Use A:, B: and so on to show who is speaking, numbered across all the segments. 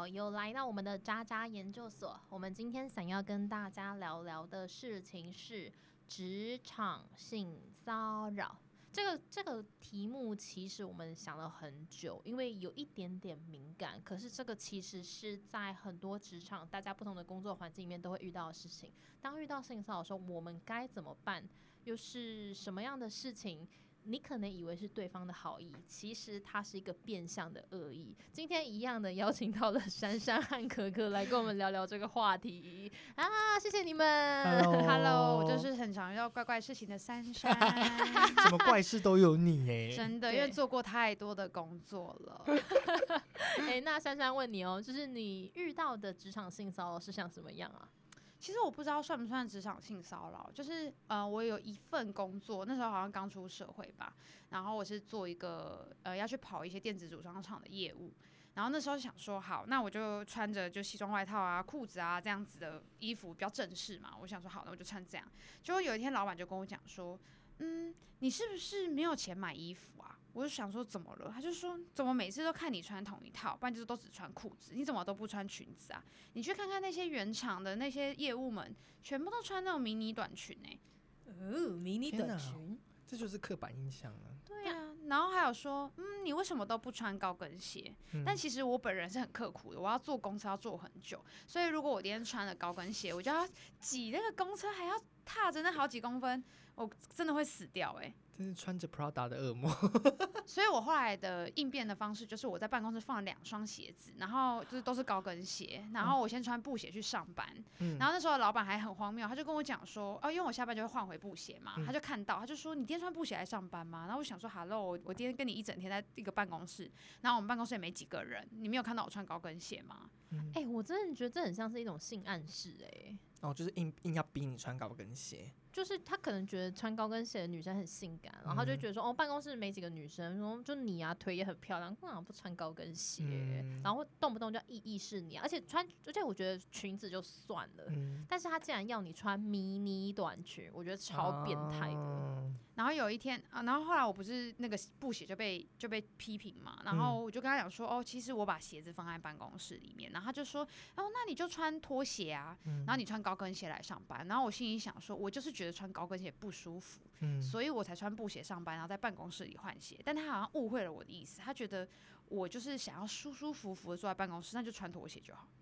A: 好，又来到我们的渣渣研究所。我们今天想要跟大家聊聊的事情是职场性骚扰。这个题目其实我们想了很久，因为有一点点敏感，可是这个其实是在很多职场大家不同的工作环境里面都会遇到的事情。当遇到性骚扰的时候，我们该怎么办？又是什么样的事情？你可能以为是对方的好意，其实它是一个变相的恶意。今天一样的邀请到了珊珊和可可来跟我们聊聊这个话题啊！谢谢你们
B: Hello， 我就是很常遇到怪怪事情的珊珊。
C: 什么怪事都有你耶！
B: 真的，因为做过太多的工作了。
A: 那珊珊问你哦，就是你遇到的职场性骚扰是像什么样啊？
B: 其实我不知道算不算职场性骚扰，就是我有一份工作，那时候好像刚出社会吧，然后我是做一个要去跑一些电子组装厂的业务，然后那时候想说好，那我就穿着就西装外套啊、裤子啊这样子的衣服比较正式嘛，我想说好，那我就穿这样。结果有一天老板就跟我讲说，你是不是没有钱买衣服啊？我就想说怎么了？他就说怎么每次都看你穿同一套，不然就是都只穿裤子，你怎么都不穿裙子啊？你去看看那些原厂的那些业务们，全部都穿那种迷你短裙
A: 迷你短裙，
C: 这就是刻板印象啊。
B: 对啊，然后还有说，你为什么都不穿高跟鞋？但其实我本人是很刻苦的，我要坐公车要坐很久，所以如果我今天穿了高跟鞋，我就要挤那个公车，还要踏着那好几公分，我真的会死掉
C: 这是穿着 Prada 的恶魔。
B: 所以我后来的应变的方式就是我在办公室放了2双鞋子，然后就是都是高跟鞋，然后我先穿布鞋去上班。然后那时候老板还很荒谬，他就跟我讲说，因为我下班就会换回布鞋嘛，他就看到他就说你今天穿布鞋来上班吗？然后我想说 Hello， 我今天跟你一整天在一个办公室，然后我们办公室也没几个人，你没有看到我穿高跟鞋吗？
A: 我真的觉得这很像是一种性暗示
C: 就是硬要逼你穿高跟鞋。
A: 就是他可能觉得穿高跟鞋的女生很性感，然后他就觉得说，办公室没几个女生，说就你啊，腿也很漂亮，干嘛不穿高跟鞋？然后动不动就要意识你啊，而且我觉得裙子就算了，但是他竟然要你穿迷你短裙，我觉得超变态的。
B: 然后有一天然后后来我不是那个布鞋就被批评嘛，然后我就跟他讲说，其实我把鞋子放在办公室里面，然后他就说，那你就穿拖鞋啊，然后你穿高跟鞋来上班，然后我心里想说，我就是觉得穿高跟鞋不舒服，所以我才穿布鞋上班，然后在办公室里换鞋，但他好像误会了我的意思，他觉得我就是想要舒舒服服的坐在办公室，那就穿拖鞋就好。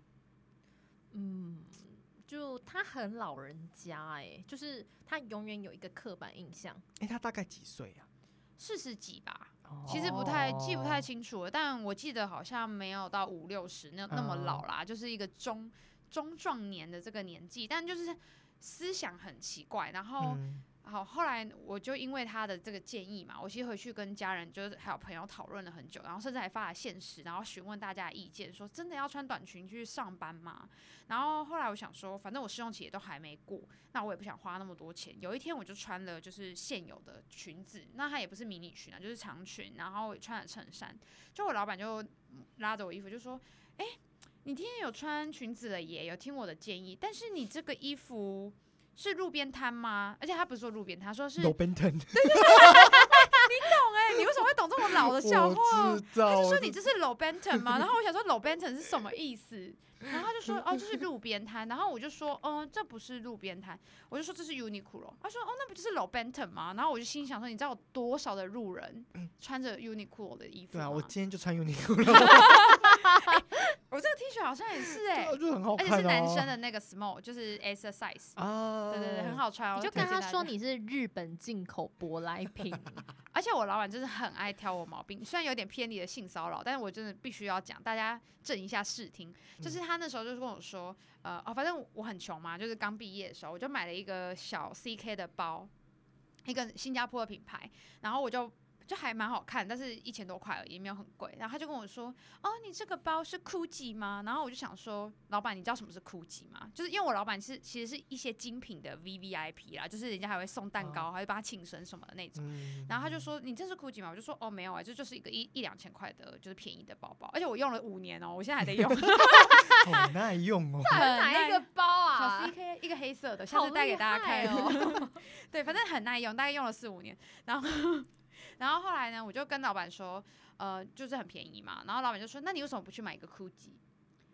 A: 就他很老人家就是他永远有一个刻板印象。
C: 他大概几岁啊
B: ？40几吧，其实记不太清楚了，但我记得好像没有到50-60那么老啦，就是一个中壮年的这个年纪，但就是思想很奇怪，然后。好，后来我就因为他的这个建议嘛，我其实回去跟家人就是还有朋友讨论了很久，然后甚至还发了限时，然后询问大家的意见，说真的要穿短裙去上班吗？然后后来我想说，反正我试用期也都还没过，那我也不想花那么多钱。有一天我就穿了就是现有的裙子，那它也不是迷你裙啊，就是长裙，然后穿了衬衫。就我老板就拉着我衣服就说：“你今天有穿裙子了耶，有听我的建议，但是你这个衣服。”是路边摊吗？而且他不是说路边摊，他说是
C: 路边摊。
B: 对，你懂你为什么会懂这么老的笑话？
C: 我知道。
B: 他就说你这是 low benton 吗？然后我想说 low benton 是什么意思？然后他就说这是路边摊。然后我就说这不是路边摊，我就说这是 Uniqlo。他说那不就是 low benton 吗？然后我就心想说，你知道有多少的路人穿着 Uniqlo 的衣服吗？
C: 对啊，我今天就穿 Uniqlo。
B: 我这个 T 恤好像也是
C: 就很好看，
B: 而且是男生的那个 small， 就是 S size 对，很好穿。
A: 你就跟他说你是日本进口舶来品。
B: 而且我老板真是很爱挑我毛病，虽然有点偏离了性骚扰，但是我真的必须要讲，大家正一下视听。就是他那时候就跟我说，反正我很穷嘛，就是刚毕业的时候，我就买了一个小 CK 的包，一个新加坡的品牌，然后我就还蛮好看，但是1000多块而已，没有很贵。然后他就跟我说：“你这个包是 Gucci 吗？”然后我就想说：“老板，你知道什么是 Gucci 吗？”就是因为我老板其实是一些精品的 VVIP 啦，就是人家还会送蛋糕，还会帮他庆生什么的那种。然后他就说：“你这是 Gucci 吗？”我就说：“没有这就是一个1-2千块的，就是便宜的包包。而且我用了5年我现在还在用。”
C: 好耐用
A: 哪一个包啊？
B: 小 CK 一个黑色的，下次带给大家看对，反正很耐用，大概用了4-5年。然后后来呢，我就跟老板说，就是很便宜嘛。然后老板就说：“那你为什么不去买一个 Gucci？”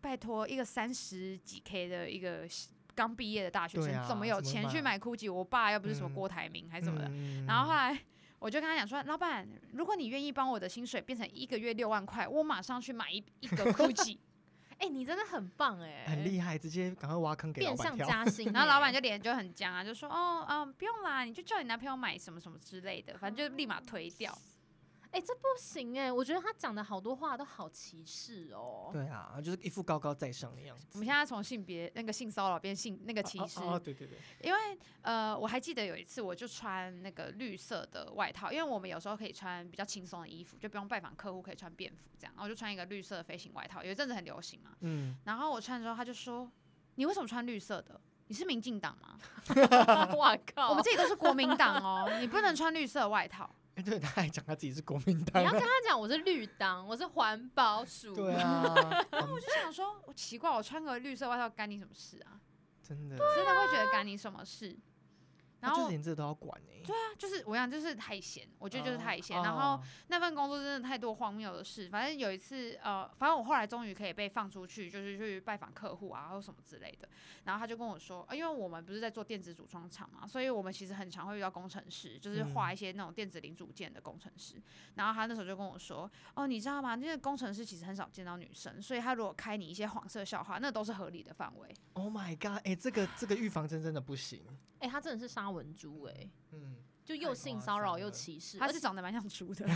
B: 拜托一个30几 K 的一个刚毕业的大学生，
C: 对啊
B: 怎么有钱去买 GUCCI？我爸又不是什么郭台铭还是什么的。然后后来我就跟他讲说，老板，如果你愿意帮我的薪水变成1个月6万块，我马上去买一个 GUCCI。
A: 你真的很棒
C: 很厉害，直接赶快挖坑给老
A: 变相
C: 板跳。
A: 加薪。
B: 然后老板就脸就很僵啊，就说不用啦，你就叫你男朋友买什么什么之类的，反正就立马推掉。
A: 这不行我觉得他讲的好多话都好歧视哦。
C: 对啊，就是一副高高在上的样子。
B: 我们现在从性骚扰变那个歧视。
C: 对对对。
B: 因为我还记得有一次，我就穿那个绿色的外套，因为我们有时候可以穿比较轻松的衣服，就不用拜访客户，可以穿便服这样。然后我就穿一个绿色的飞行外套，有一阵子很流行嘛。然后我穿的时候，他就说：“你为什么穿绿色的？你是民进党吗？”
A: 哇靠！
B: 我们这里都是国民党哦，你不能穿绿色的外套。
C: 对，他还讲他自己是国民党。
A: 你要跟他讲我是绿党，我是环保署。
C: 对啊。
B: 然后我就想说，我奇怪，我穿个绿色外套干你什么事啊？
C: 真的。
B: 真的会觉得干你什么事？然后
C: 就是连这都要管
B: 对啊，就是我想就是太闲，我觉得就是太闲。然后那份工作真的太多荒谬的事。反正有一次反正我后来终于可以被放出去，就是去拜访客户啊，或什么之类的。然后他就跟我说，因为我们不是在做电子组装厂嘛，所以我们其实很常会遇到工程师，就是画一些那种电子零组件的工程师。然后他那时候就跟我说，你知道吗？那个工程师其实很少见到女生，所以他如果开你一些黄色笑话，那都是合理的范围。
C: Oh my god！ 这个预防针真的不行。
A: 他真的是沙文猪就又性骚扰又歧视，
B: 他是长得蛮像猪的。
A: 而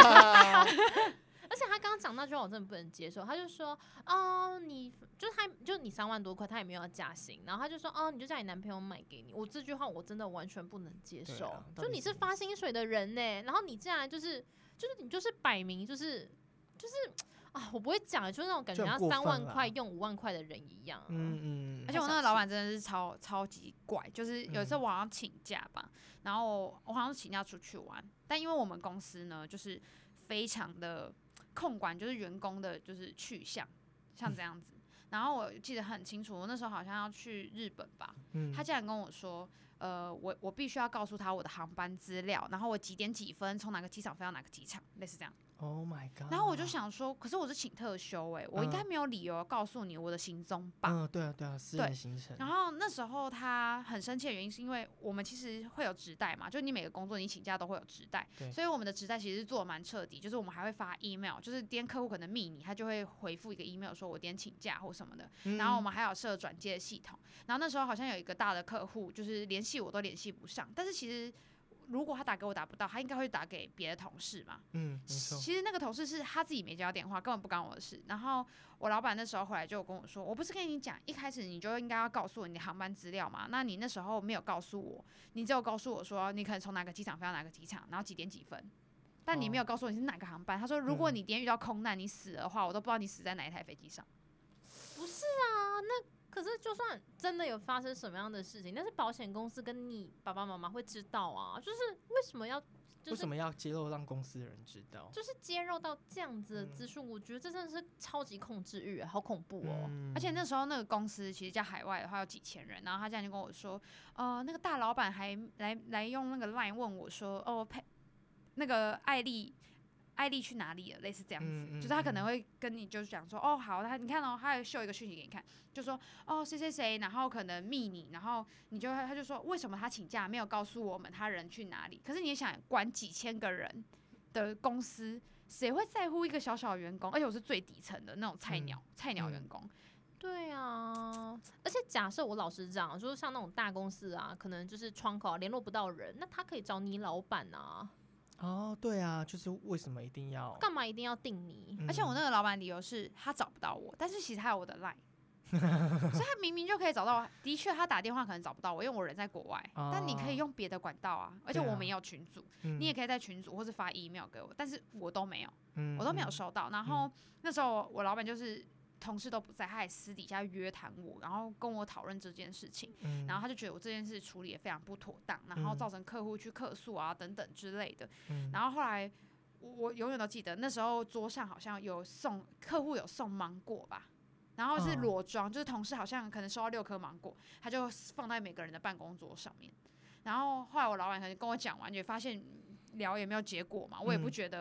A: 且他刚刚讲那句话我真的不能接受，他就说你你3万多块，他也没有要加薪，然后他就说你就叫你男朋友买给你。我这句话我真的完全不能接受，就你是发薪水的人呢，然后你竟然就是你就是摆明就是我不会讲，就是那种感觉，像3万块用5万块的人一样。
B: 而且我那个老板真的是超级怪，就是有一次我好像请假吧，然后我好像请假出去玩，但因为我们公司呢，就是非常的控管，就是员工的就是去向，像这样子。然后我记得很清楚，我那时候好像要去日本吧，他竟然跟我说，我必须要告诉他我的航班资料，然后我几点几分从哪个机场飞到哪个机场，类似这样。
C: Oh my god！
B: 然后我就想说，可是我是请特休我应该没有理由告诉你我的行踪吧？
C: 对啊，私人行程。
B: 然后那时候他很生气的原因是因为我们其实会有职代嘛，就你每个工作你请假都会有职代，所以我们的职代其实做的蛮彻底，就是我们还会发 email， 就是今天客户可能密你，他就会回复一个 email 说我今天请假或什么的。然后我们还有设转接系统。然后那时候好像有一个大的客户，就是联系我都联系不上，但是其实如果他打给我打不到，他应该会打给别的同事嘛。
C: 没错。
B: 其实那个同事是他自己没接到电话，根本不干我的事。然后我老板那时候回来就跟我说，我不是跟你讲一开始你就应该要告诉我你的航班资料嘛？那你那时候没有告诉我，你只有告诉我说你可能从哪个机场飞到哪个机场，然后几点几分。但你没有告诉我你是哪个航班。他说如果你今天遇到空难你死的话，我都不知道你死在哪一台飞机上。
A: 不是啊，那可是就算真的有发生什么样的事情，但是保险公司跟你爸爸妈妈会知道啊，就是为什么要
C: 揭露让公司的人知道？
A: 就是揭露到这样子的资讯，我觉得这真的是超级控制欲，好恐怖哦。
B: 而且那时候那个公司其实在海外的话有几千人，然后他这样就跟我说，那个大老板还来用那个 line 问我说，那个艾丽去哪里了？类似这样子，就是他可能会跟你就是讲说，好，你看他还秀一个讯息给你看，就说谁谁谁，然后可能密你，然后他就说为什么他请假没有告诉我们他人去哪里？可是你也想管几千个人的公司，谁会在乎一个小小的员工？而且我是最底层的那种菜鸟员工。
A: 对啊，而且假设我老实讲，就是像那种大公司啊，可能就是窗口联络不到人，那他可以找你老板啊。
C: 对啊，就是为什么一定要
A: 干嘛一定要定你？
B: 而且我那个老板理由是他找不到我，但是其实他有我的 line， 所以他明明就可以找到我。的确，他打电话可能找不到我，因为我人在国外，但你可以用别的管道啊。而且我们也有群组，你也可以在群组或是发 email 给我，但是我都没有，我都没有收到。然后那时候我老板就是同事都不在，他还私底下约谈我，然后跟我讨论这件事情，然后他就觉得我这件事处理也非常不妥当，然后造成客户去客诉啊等等之类的。然后后来我永远都记得那时候桌上好像有客户有送芒果吧，然后是裸装，就是同事好像可能收到6颗芒果，他就放在每个人的办公桌上面。然后后来我老板可能跟我讲完，也发现聊也没有结果嘛，我也不觉得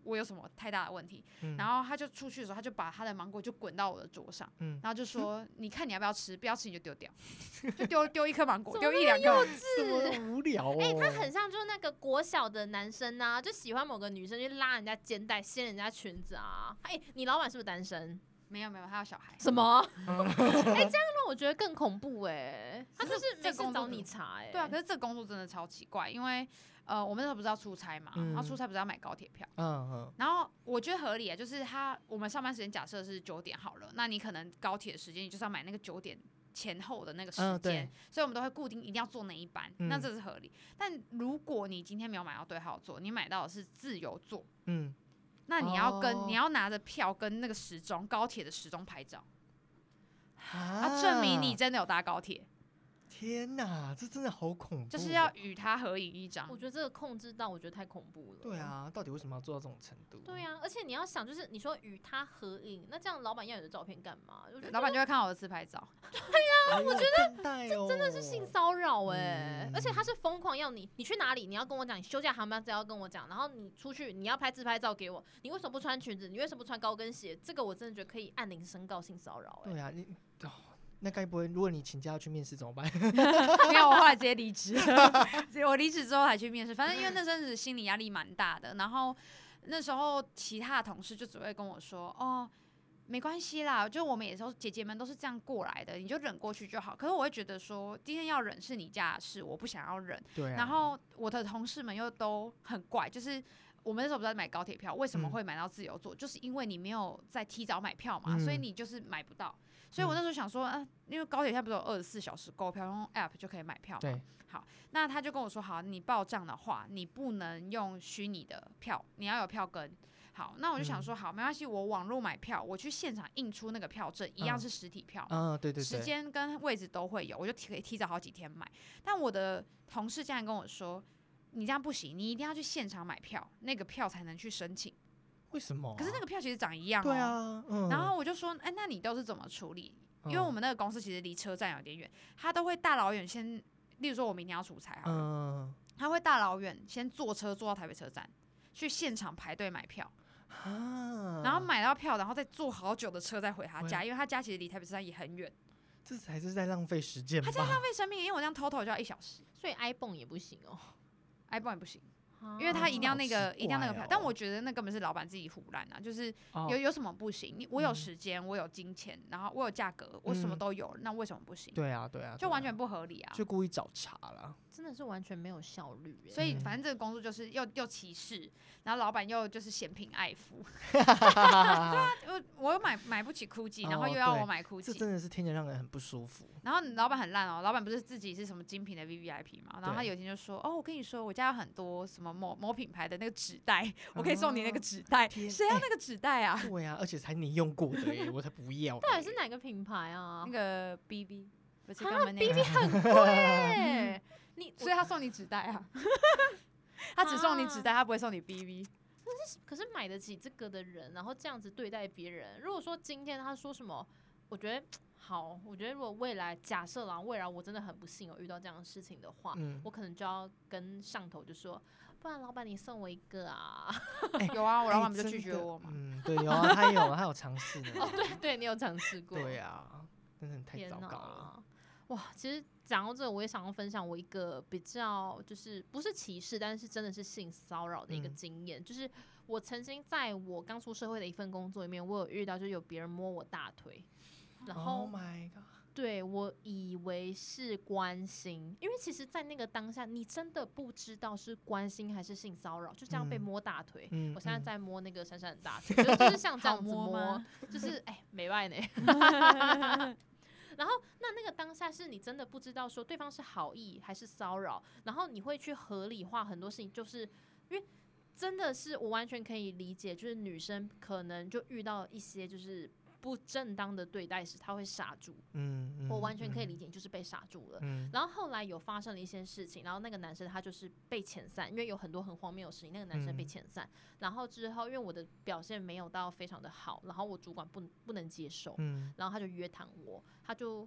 B: 我有什么太大的问题。
C: 嗯
B: 然后他就出去的时候，他就把他的芒果就滚到我的桌上，
C: 嗯
B: 然后就说：“你看你要不要吃？不要吃你就丢掉，就丢一颗芒果，丢一两颗。”
C: 这么无聊哦。
A: 他很像就是那个国小的男生啊，就喜欢某个女生去拉人家肩带、掀人家裙子啊。你老板是不是单身？
B: 没有，他有小孩。
A: 什么？这样让我觉得更恐怖他就是没事找你查
B: 对啊，可是这个工作真的超奇怪，因为我们那时候不是要出差嘛，然后出差不是要买高铁票，然后我觉得合理啊，就是我们上班时间假设是9点好了，那你可能高铁时间你就是要买那个9点前后的那个时间，所以我们都会固定一定要坐哪一班，那这是合理。但如果你今天没有买到对号座，你买到的是自由座，那你要拿着票跟那个时钟高铁的时钟拍照，要证明你真的有搭高铁。
C: 天哪，这真的好恐怖！
B: 就是要与他合影一张。
A: 我觉得这个控制到，我觉得太恐怖了。
C: 对啊，到底为什么要做到这种程度？
A: 对啊，而且你要想，就是你说与他合影，那这样老板要你的照片干嘛？
B: 老板就会看我的自拍照。
A: 对啊，我觉得
C: 这
A: 真的是性骚扰而且他是疯狂要你去哪里，你要跟我讲，你休假航班只要跟我讲，然后你出去你要拍自拍照给我，你为什么不穿裙子？你为什么不穿高跟鞋？这个我真的觉得可以按铃申告性骚扰。
C: 对啊，那该不会，如果你请假要去面试怎么办？
B: 没有，我后来直接离职。我离职之后还去面试，反正因为那阵子心理压力蛮大的。然后那时候其他的同事就只会跟我说：“哦，没关系啦，就我们也是姐姐们都是这样过来的，你就忍过去就好。”可是我会觉得说，今天要忍是你家的事，我不想要忍。
C: 对啊。
B: 然后我的同事们又都很怪，就是我们那时候不是在买高铁票，为什么会买到自由座？就是因为你没有在提早买票嘛，所以你就是买不到。所以我那时候想说，因为高铁票不是有24小时购票，用 App 就可以买票嘛。
C: 对。
B: 好，那他就跟我说，好，你报账的话，你不能用虚拟的票，你要有票根。好，那我就想说，好，没关系，我网络买票，我去现场印出那个票证，一样是实体票。
C: 对对对。
B: 时间跟位置都会有，我就可以提早好几天买。但我的同事竟然跟我说，你这样不行，你一定要去现场买票，那个票才能去申请。
C: 为什么？
B: 可是那个票其实长一样。
C: 对啊。
B: 然后我就说，那你都是怎么处理？因为我们那个公司其实离车站有点远，他都会大老远先，例如说我明天要出差好了，他会大老远先坐车坐到台北车站，去现场排队买票，然后买到票，然后再坐好久的车再回他家，因为他家其实离台北车站也很远。
C: 这才是在浪费时间吧？
B: 他在浪费生命，因为我这样偷就要1小时，
A: 所以 iPhone 也不行
B: iPhone 也不行。因为他一定要那个票，但我觉得那根本是老板自己胡乱啊，就是有什么不行？我有时间，我有金钱，然后我有价格，我什么都有，那为什么不行？
C: 对啊，对啊，
B: 就完全不合理啊！
C: 就故意找茬了，
A: 真的是完全没有效率。
B: 所以反正这个工作就是又歧视，然后老板又就是嫌贫爱富。对啊，我又买不起 GUCCI，然后又要我买 GUCCI，
C: 这真的是听着让人很不舒服。
B: 然后老板很烂哦，老板不是自己是什么精品的 VVIP 嘛，然后他有一天就说：“哦，我跟你说，我家有很多什么某品牌的那个纸袋，我可以送你那个纸袋。”谁要那个纸袋啊？
C: 对啊，而且才你用过的耶，我才不要。
A: 到底是哪个品牌啊？
B: 那个 BB， 不是
A: BB 很贵
B: 所以他送你纸袋啊。他只送你纸袋，他不会送你 BB。
A: 可是买得起这个的人，然后这样子对待别人，如果说今天他说什么，我觉得好，我觉得如果未来假设啦，未来我真的很不幸有遇到这样的事情的话，我可能就要跟上头就说，不然老板你送我一个啊。
B: 有啊，我老板不就拒绝我吗？
C: 对，有啊，他有尝试的。
A: 对，你有尝试过。
C: 对啊，真的太糟糕了。
A: 哇，其实讲到这，我也想要分享我一个比较就是不是歧视，但是真的是性骚扰的一个经验，就是我曾经在我刚出社会的一份工作里面，我有遇到就是有别人摸我大腿，然后
C: Oh my God，
A: 对，我以为是关心，因为其实在那个当下你真的不知道是关心还是性骚扰，就这样被摸大腿，我现在在摸那个珊珊的大腿，就是像这样子摸，就是没赖呢。然后那个当下是你真的不知道说对方是好意还是骚扰，然后你会去合理化很多事情，就是因为真的是我完全可以理解，就是女生可能就遇到一些就是不正当的对待时，她会傻住。我完全可以理解，就是被傻住了。然后后来有发生了一些事情，然后那个男生他就是被遣散，因为有很多很荒谬的事情，那个男生被遣散。然后之后因为我的表现没有到非常的好，然后我主管不能接受，然后他就约谈我，他就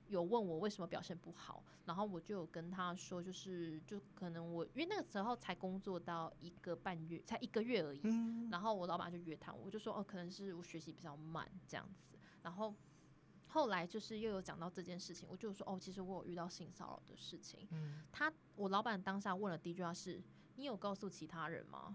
A: 有问我为什么表现不好，然后我就有跟他说，就可能我因为那个时候才工作到1个半月，才1个月而已，然后我老板就约谈我，就说可能是我学习比较慢这样子，然后后来就是又有讲到这件事情，我就说其实我有遇到性骚扰的事情，我老板当下问了第一句话是：你有告诉其他人吗？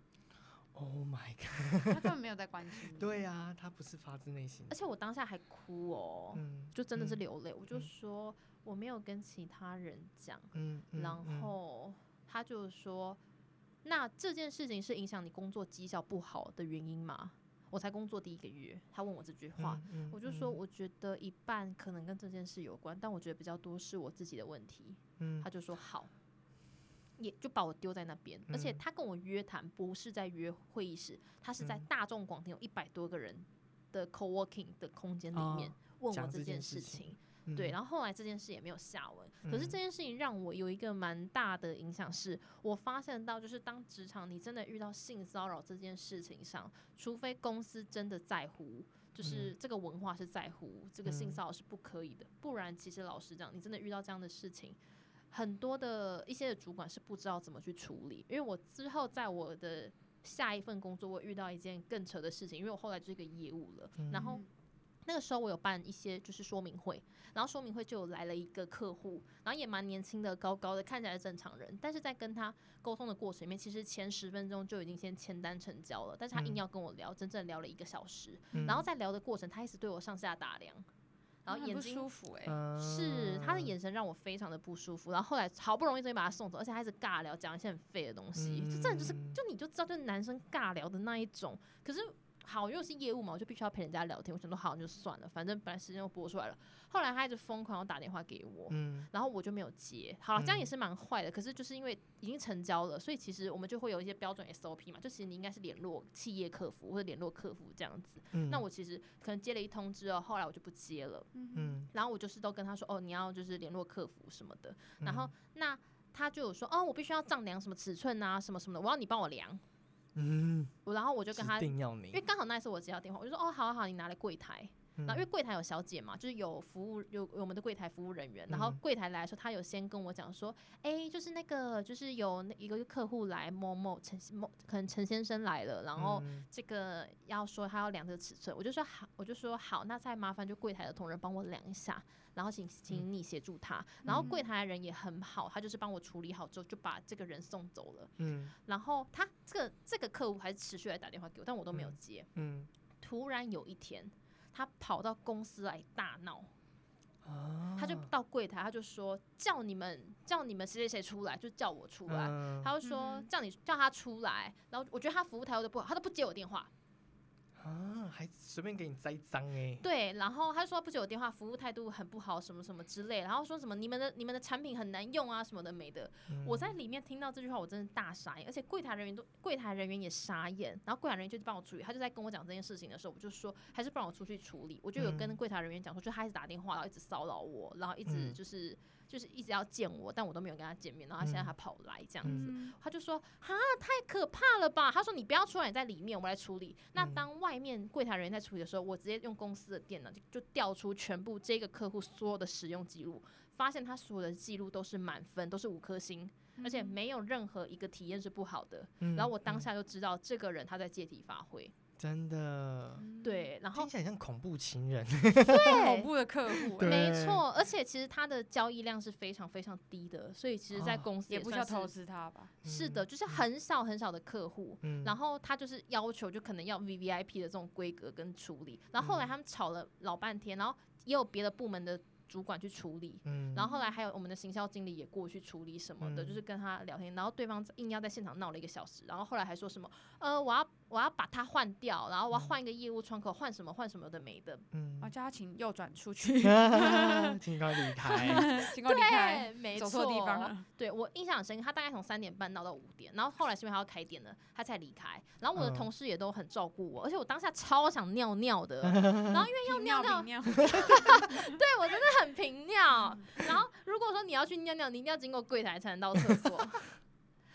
C: Oh my god！
B: 他根本没有在关心你。
C: 对啊，他不是发自内心，
A: 而且我当下还哭就真的是流泪，我就说我没有跟其他人讲，然后他就说，那这件事情是影响你工作绩效不好的原因吗？我才工作第1个月，他问我这句话，我就说我觉得一半可能跟这件事有关，但我觉得比较多是我自己的问题。他就说好，也就把我丢在那边，而且他跟我约谈不是在约会议室，他是在大众广庭有100多个人的 co-working 的空间里面问我这件事情。对，然后后来这件事也没有下文，可是这件事情让我有一个蛮大的影响，是我发现到就是当职场你真的遇到性骚扰这件事情上，除非公司真的在乎，就是这个文化是在乎这个性骚扰是不可以的，不然其实老实讲，你真的遇到这样的事情，很多的一些的主管是不知道怎么去处理。因为我之后在我的下一份工作，我遇到一件更扯的事情，因为我后来就是一个业务了，然后那个时候我有办一些就是说明会，然后说明会就有来了一个客户，然后也蛮年轻的，高高的，看起来是正常人，但是在跟他沟通的过程里面，其实前10分钟就已经先签单成交了，但是他硬要跟我聊，整整聊了1个小时，然后在聊的过程，他一直对我上下打量，然后眼睛
B: 很不舒服
A: 是他的眼神让我非常的不舒服，然后后来好不容易终于把他送走，而且他一直尬聊，讲一些很废的东西，就真的就是你就知道，就是男生尬聊的那一种，可是。好，因为是业务嘛，我就必须要陪人家聊天。我想说好，就算了，反正本来时间都播出来了。后来他一直疯狂要打电话给我，然后我就没有接。好了，这样也是蛮坏的。可是就是因为已经成交了，所以其实我们就会有一些标准 SOP 嘛，就其实你应该是联络企业客服或者联络客服这样子。那我其实可能接了一通之后，后来我就不接了。然后我就是都跟他说，你要就是联络客服什么的。然后那他就有说，我必须要丈量什么尺寸啊，什么什么的，我要你帮我量。然后我就跟他，因为刚好那一次我接到电话，我就说好好，你拿来柜台。然后因为柜台有小姐嘛，就是有服务，有我们的柜台服务人员。然后柜台来的时候，他有先跟我讲说，就是那个就是有一个客户来可能陈先生来了，然后这个要说他要量这个尺寸，我就说好，那再麻烦就柜台的同仁帮我量一下。然后请你协助他，然后柜台的人也很好，他就是帮我处理好之后就把这个人送走了。然后他这个客户还是持续来打电话给我，但我都没有接。突然有一天，他跑到公司来大闹，他就到柜台，他就说叫你们谁谁谁出来，就叫我出来。他就说叫他出来，然后我觉得他服务态度都不好，他都不接我电话。
C: 还随便给你栽赃
A: 对，然后他说不接我电话，服务态度很不好，什么什么之类，然后说什么你们的产品很难用啊，什么的没的。我在里面听到这句话，我真的大傻眼，而且柜台人员也傻眼，然后柜台人员就帮我处理，他就在跟我讲这件事情的时候，我就说还是不让我出去处理，我就有跟柜台人员讲说，就他一直打电话，然后一直骚扰我，然后一直就是一直要见我，但我都没有跟他见面，然后他现在还跑来这样子，他就说太可怕了吧，他说你不要出来，你在里面，我们来处理。那当外面柜台人员在处理的时候，我直接用公司的电脑就调出全部这个客户所有的使用记录，发现他所有的记录都是满分，都是5颗星，而且没有任何一个体验是不好的。然后我当下就知道这个人他在借题发挥。
C: 真的，
A: 对，然后
C: 听起来像恐怖情人，
A: 对，
B: 恐怖的客户，
A: 没错，而且其实他的交易量是非常非常低的，所以其实在公司
B: 也不需要投资他吧？
A: 是的，就是很少很少的客户，然后他就是要求就可能要 VVIP 的这种规格跟处理，然后后来他们吵了老半天，然后也有别的部门的主管去处理，然后后来还有我们的行销经理也过去处理什么的，就是跟他聊天，然后对方硬要在现场闹了1个小时，然后后来还说什么我要把它换掉，然后我要换一个业务窗口，换什么的没的，
B: 我叫他请右转出去，
C: 请快离开，
A: 对，没错，
B: 走错地方了。
A: 对，我印象很深刻，他大概从3点半闹到5点，然后后来是因为他要开店了，他才离开。然后我的同事也都很照顾我，而且我当下超想尿尿的，然后因为要尿尿，对我真的很频尿。然后如果说你要去尿尿，你一定要经过柜台才能到厕所。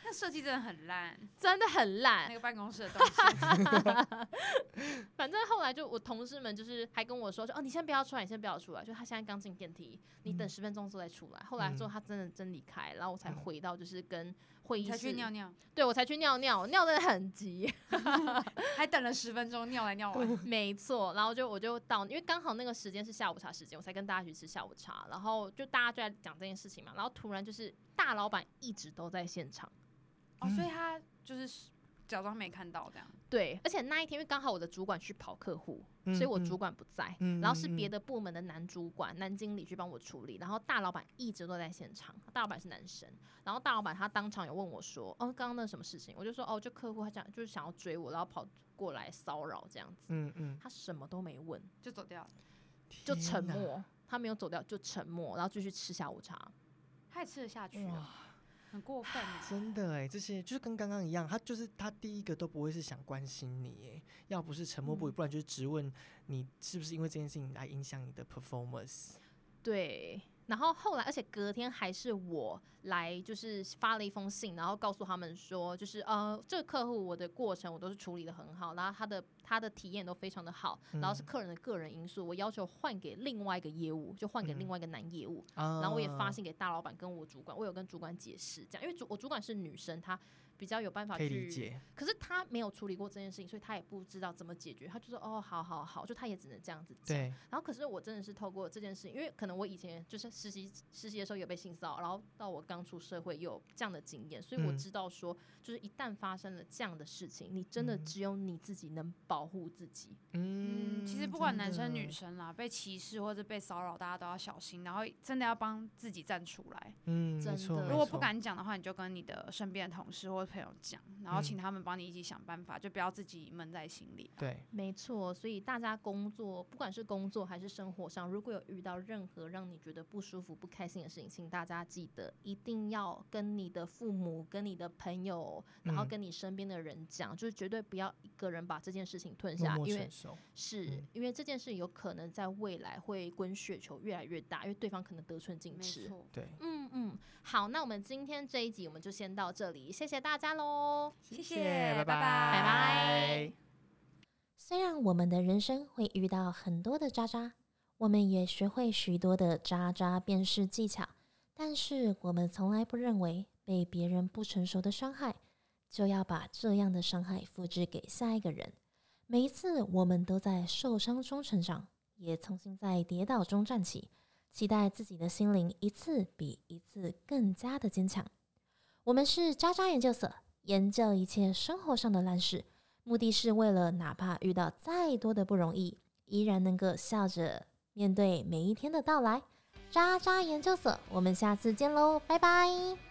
B: 那设计真的很烂，
A: 真的很烂
B: 那。个办公室的动线。
A: 反正后来就我同事们就是还跟我说哦，你先不要出来，你先不要出来。就他现在刚进电梯，你等10分钟之后再出来。后来之后他真离开，然后我才回到就是跟会议室
B: 才去尿尿，
A: 对我才去尿尿，尿真的很急。
B: 还等了10分钟，尿来尿完。
A: 没错，然后我就到，因为刚好那个时间是下午茶时间，我才跟大家去吃下午茶，然后就大家就在讲这件事情嘛，然后突然就是大老板一直都在现场。
B: 所以他就是假装没看到这样。
A: 对，而且那一天因为刚好我的主管去跑客户，所以我主管不在，然后是别的部门的男主管、男经理去帮我处理，然后大老板一直都在现场。大老板是男生，然后大老板他当场有问我说：“哦，刚刚那什么事情？”我就说：“哦，就客户他就是想要追我，然后跑过来骚扰这样子。”他什么都没问，
B: 就走掉了，
A: 就沉默，他没有走掉，就沉默，然后继续吃下午茶。
B: 他也吃得下去啊。很过分耶，
C: 真的哎，这些就是跟刚刚一样，他第一个都不会是想关心你哎，要不是沉默不语，不然就是质问你是不是因为这件事情来影响你的 performance。
A: 对，然后后来，而且隔天还是我来，就是发了一封信，然后告诉他们说，就是这个客户我的过程我都是处理的很好，然后他的体验都非常的好，然后是客人的个人因素，我要求换给另外一个业务，就换给另外一个男业务，然后我也发信给大老板跟我主管，我有跟主管解释这样，因为我主管是女生，她比较有办法去
C: 可以理解，
A: 可是他没有处理过这件事情，所以他也不知道怎么解决，他就说哦，好，就他也只能这样子讲。
C: 对。
A: 然后可是我真的是透过这件事情，因为可能我以前就是实习的时候有被性骚扰，然后到我刚出社会有这样的经验，所以我知道说，就是一旦发生了这样的事情，你真的只有你自己能保护自己。
B: 其实不管男生女生啦，被歧视或者被骚扰，大家都要小心，然后真的要帮自己站出来。
C: 没错。
B: 如果不敢讲的话，你就跟你的身边的同事或者朋友讲，然后请他们帮你一起想办法，就不要自己闷在心里。
C: 对，
A: 没错。所以大家工作，不管是工作还是生活上，如果有遇到任何让你觉得不舒服、不开心的事情，请大家记得一定要跟你的父母、跟你的朋友，然后跟你身边的人讲，就是绝对不要一个人把这件事情吞下，
C: 默默
A: 因为
C: 承受
A: 因为这件事有可能在未来会滚雪球越来越大，因为对方可能得寸进尺。
C: 对，
A: 好，那我们今天这一集我们就先到这里，谢谢大家喽，
B: 谢谢，拜
A: 拜。
D: 虽然我们的人生会遇到很多的渣渣，我们也学会许多的渣渣辨识技巧，但是我们从来不认为被别人不成熟的伤害，就要把这样的伤害复制给下一个人。每一次我们都在受伤中成长，也重新在跌倒中站起，期待自己的心灵一次比一次更加的坚强。我们是渣渣研究所，研究一切生活上的烂事，目的是为了哪怕遇到再多的不容易，依然能够笑着面对每一天的到来。渣渣研究所，我们下次见喽，拜拜。